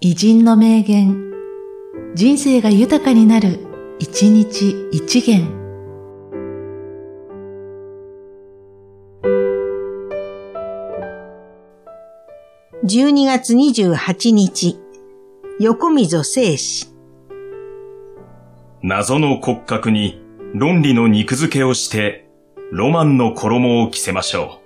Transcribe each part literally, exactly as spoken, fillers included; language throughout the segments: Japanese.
偉人の名言、人生が豊かになる、一日一元。 じゅうにがつにじゅうはちにち、横溝正史。 謎の骨格に論理の肉付けをして、ロマンの衣を着せましょう。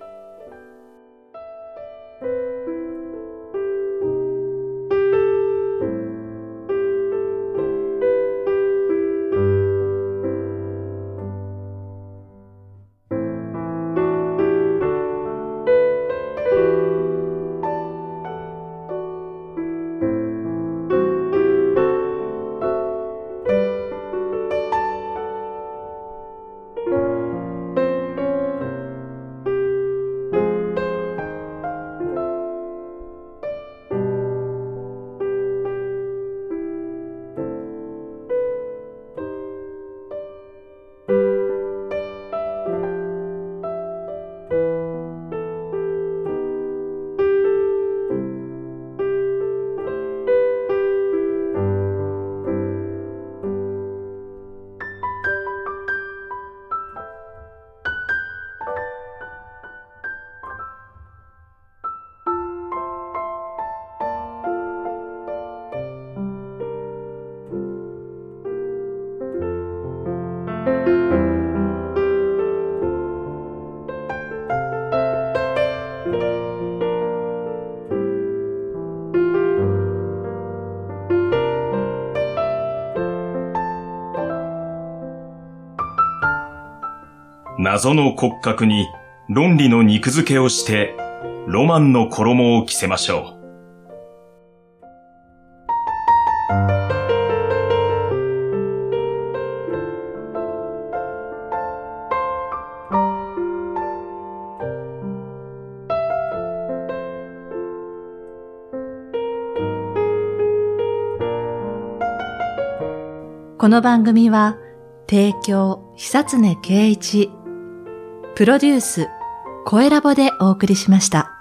謎の骨格に論理の肉付けをして、ロマンの衣を着せましょう。 この番組は、提供、久常圭一、プロデュース、声ラボでお送りしました。